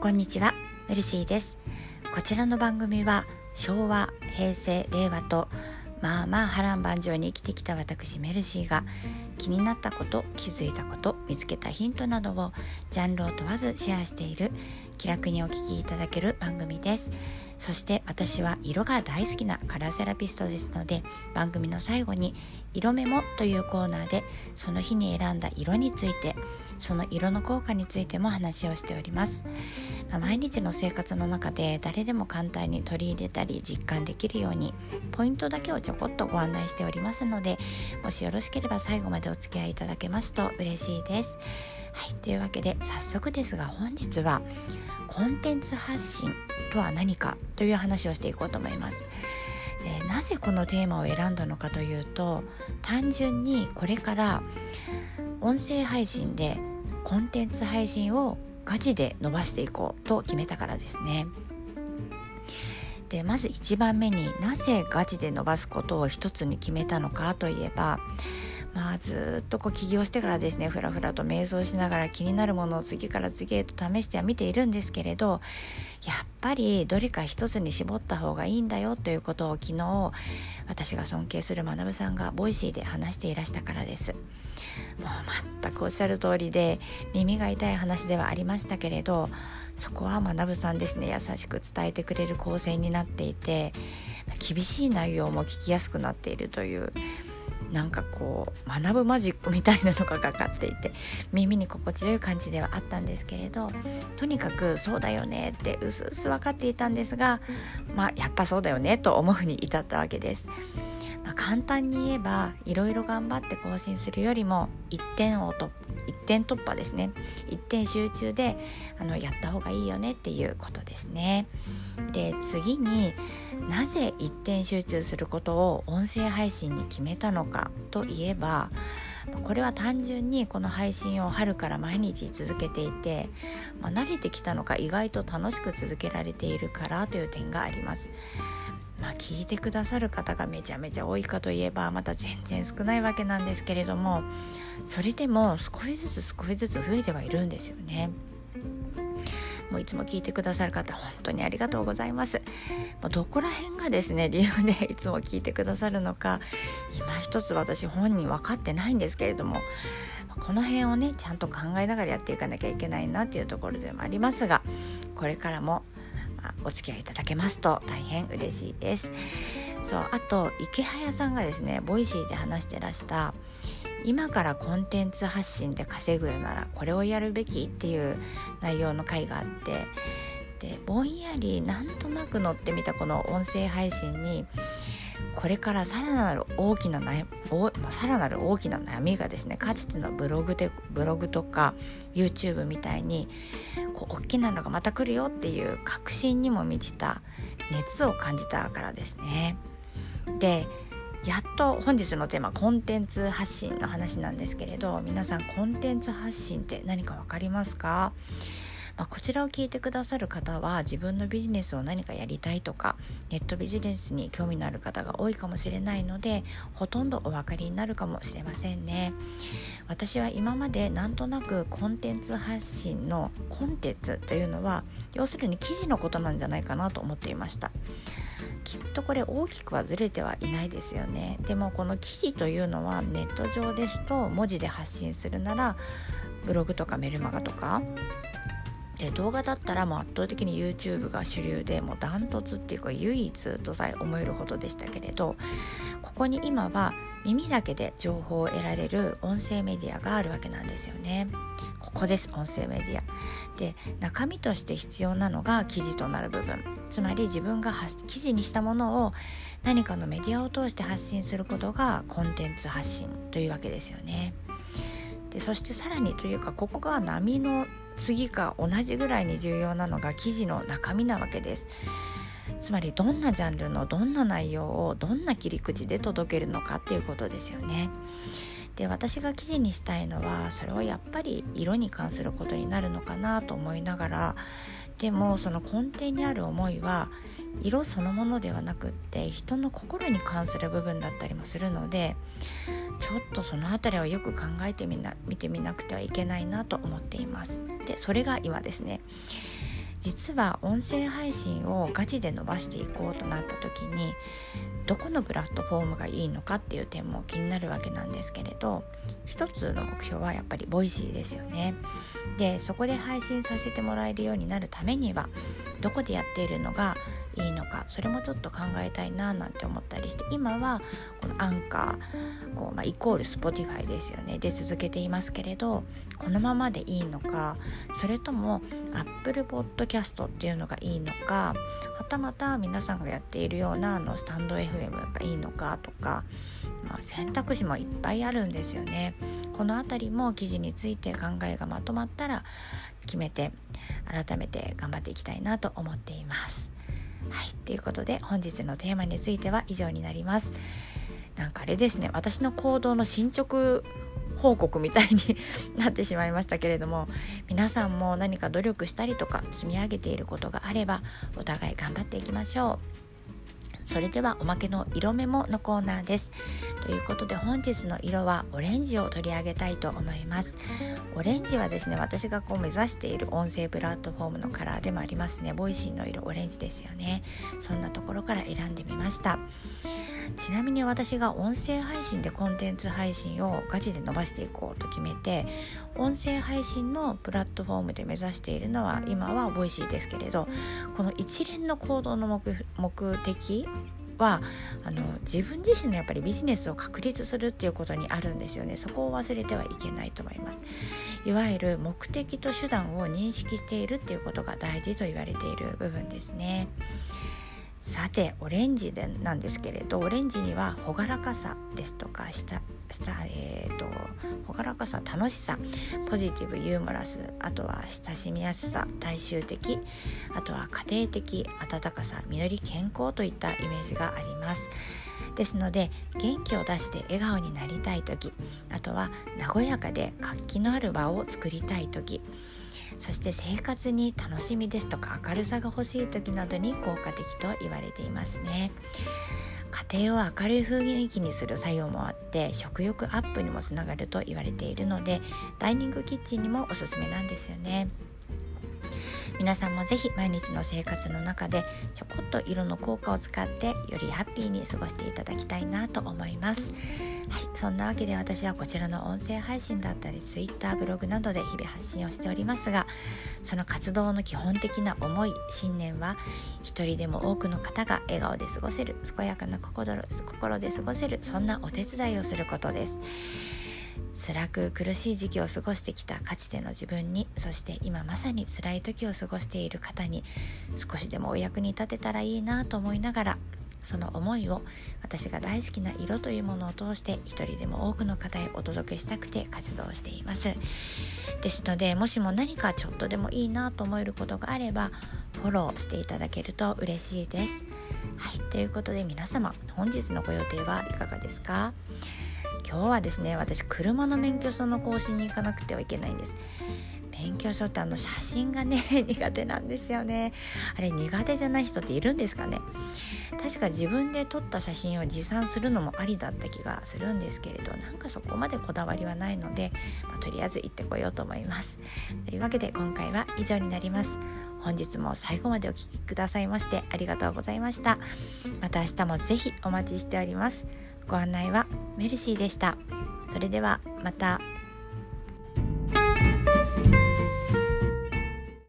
こんにちは、メルシーです。こちらの番組は昭和、平成、令和とまあまあ波乱万丈に生きてきた私メルシーが気になったこと、気づいたこと、見つけたヒントなどをジャンルを問わずシェアしている気楽にお聞きいただける番組です。そして私は色が大好きなカラーセラピストですので、番組の最後に色メモというコーナーでその日に選んだ色について、その色の効果についても話をしております。毎日の生活の中で誰でも簡単に取り入れたり実感できるようにポイントだけをちょこっとご案内しておりますので、もしよろしければ最後までお付き合いいただけますと嬉しいです。はい、というわけで早速ですが、本日はコンテンツ発信とは何かという話をしていこうと思います。なぜこのテーマを選んだのかというと、単純にこれから音声配信でコンテンツ配信をガチで伸ばしていこうと決めたからですね。で、まず一番目になぜガチで伸ばすことを一つに決めたのかといえば、ずっと起業してからですね、ふらふらと瞑想しながら気になるものを次から次へと試しては見ているんですけれど、やっぱりどれか一つに絞った方がいいんだよということを昨日私が尊敬する学さんがボイシーで話していらしたからです。もう全くおっしゃる通りで、耳が痛い話ではありましたけれど、そこは学さんですね、優しく伝えてくれる構成になっていて、厳しい内容も聞きやすくなっているという、学ぶマジックみたいなのがかかっていて、耳に心地よい感じではあったんですけれど、とにかくそうだよねってうすうす分かっていたんですが、やっぱそうだよねと思うに至ったわけです。簡単に言えば、いろいろ頑張って更新するよりも一点突破ですね、一点集中でやった方がいいよねっていうことですね。で、次になぜ一点集中することを音声配信に決めたのかといえば、これは単純にこの配信を春から毎日続けていて、慣れてきたのか意外と楽しく続けられているからという点があります。聞いてくださる方がめちゃめちゃ多いかといえばまた全然少ないわけなんですけれども、それでも少しずつ増えてはいるんですよね。もういつも聞いてくださる方本当にありがとうございます。どこら辺がですね理由でいつも聞いてくださるのか今一つ私本人分かってないんですけれども、この辺をねちゃんと考えながらやっていかなきゃいけないなっていうところでもありますが、これからもお付き合いいただけますと大変嬉しいです。あと池早さんがですねボイシーで話してらした、今からコンテンツ発信で稼ぐならこれをやるべきっていう内容の回があって、でぼんやりなんとなく乗ってみたこの音声配信に、これからさらなる大きな悩みがですね、かつてのブログとか YouTube みたいに大きなのがまた来るよっていう確信にも満ちた熱を感じたからですね。で、やっと本日のテーマコンテンツ発信の話なんですけれど、皆さんコンテンツ発信って何か分かりますか？こちらを聞いてくださる方は自分のビジネスを何かやりたいとか、ネットビジネスに興味のある方が多いかもしれないので、ほとんどお分かりになるかもしれませんね。私は今までなんとなくコンテンツ発信のコンテンツというのは要するに記事のことなんじゃないかなと思っていました。きっとこれ大きくはずれてはいないですよね。でもこの記事というのはネット上ですと文字で発信するならブログとかメルマガとかで、動画だったらもう圧倒的に YouTube が主流で、もうダントツっていうか唯一とさえ思えるほどでしたけれど、ここに今は耳だけで情報を得られる音声メディアがあるわけなんですよね。ここです、音声メディアで、中身として必要なのが記事となる部分、つまり自分が記事にしたものを何かのメディアを通して発信することがコンテンツ発信というわけですよね。で、そしてさらにというか、ここが波の次か同じぐらいに重要なのが記事の中身なわけです。つまりどんなジャンルのどんな内容をどんな切り口で届けるのかっていうことですよね。で、私が記事にしたいのはそれはやっぱり色に関することになるのかなと思いながら、でもその根底にある思いは色そのものではなくって人の心に関する部分だったりもするので、ちょっとそのあたりをよく考えて見てみなくてはいけないなと思っています。で、それが今ですね、 実は音声配信をガチで伸ばしていこうとなった時にどこのプラットフォームがいいのかっていう点も気になるわけなんですけれど、一つの目標はやっぱりボイシーですよね。でそこで配信させてもらえるようになるためにはどこでやっているのがいいのか、それもちょっと考えたいななんて思ったりして、今はこのアンカーイコール Spotify ですよねで続けていますけれど、このままでいいのか、それとも Apple Podcast っていうのがいいのか、はたまた皆さんがやっているようなスタンド FM がいいのかとか、選択肢もいっぱいあるんですよね。このあたりも記事について考えがまとまったら決めて改めて頑張っていきたいなと思っています。はい、ということで本日のテーマについては以上になります。なんかあれですね、私の行動の進捗報告みたいになってしまいましたけれども、皆さんも何か努力したりとか積み上げていることがあればお互い頑張っていきましょう。それではおまけの色メモのコーナーです。ということで本日の色はオレンジを取り上げたいと思います。オレンジはですね、私が目指している音声プラットフォームのカラーでもありますね。ボイシーの色オレンジですよね。そんなところから選んでみました。ちなみに私が音声配信でコンテンツ配信をガチで伸ばしていこうと決めて、音声配信のプラットフォームで目指しているのは今はボイシーですけれど、この一連の行動の目的は自分自身のやっぱりビジネスを確立するっていうことにあるんですよね。そこを忘れてはいけないと思います。いわゆる目的と手段を認識しているっていうことが大事と言われている部分ですね。さてオレンジなんですけれど、オレンジには朗らかさですとか朗らかさ、楽しさ、ポジティブ、ユーモラス、あとは親しみやすさ、大衆的、あとは家庭的、温かさ、実り、健康といったイメージがあります。ですので元気を出して笑顔になりたいとき、あとは和やかで活気のある場を作りたいとき、そして生活に楽しみですとか明るさが欲しい時などに効果的と言われていますね。家庭を明るい雰囲気にする作用もあって食欲アップにもつながると言われているので、ダイニングキッチンにもおすすめなんですよね。皆さんもぜひ毎日の生活の中でちょこっと色の効果を使ってよりハッピーに過ごしていただきたいなと思います。はい、そんなわけで私はこちらの音声配信だったり Twitter、ブログなどで日々発信をしておりますが、その活動の基本的な思い、信念は一人でも多くの方が笑顔で過ごせる、健やかな心で過ごせる、そんなお手伝いをすることです。辛く苦しい時期を過ごしてきたかつての自分に、そして今まさに辛い時を過ごしている方に少しでもお役に立てたらいいなと思いながら、その思いを私が大好きな色というものを通して一人でも多くの方へお届けしたくて活動しています。ですのでもしも何かちょっとでもいいなと思えることがあればフォローしていただけると嬉しいです。はい、ということで皆様本日のご予定はいかがですか？今日はですね、私車の免許証の更新に行かなくてはいけないんです。免許証って写真がね苦手なんですよね。あれ苦手じゃない人っているんですかね。確か自分で撮った写真を持参するのもありだった気がするんですけれど、なんかそこまでこだわりはないので、とりあえず行ってこようと思います。というわけで今回は以上になります。本日も最後までお聞きくださいましてありがとうございました。また明日もぜひお待ちしております。ご案内はメルシーでした。それではまた。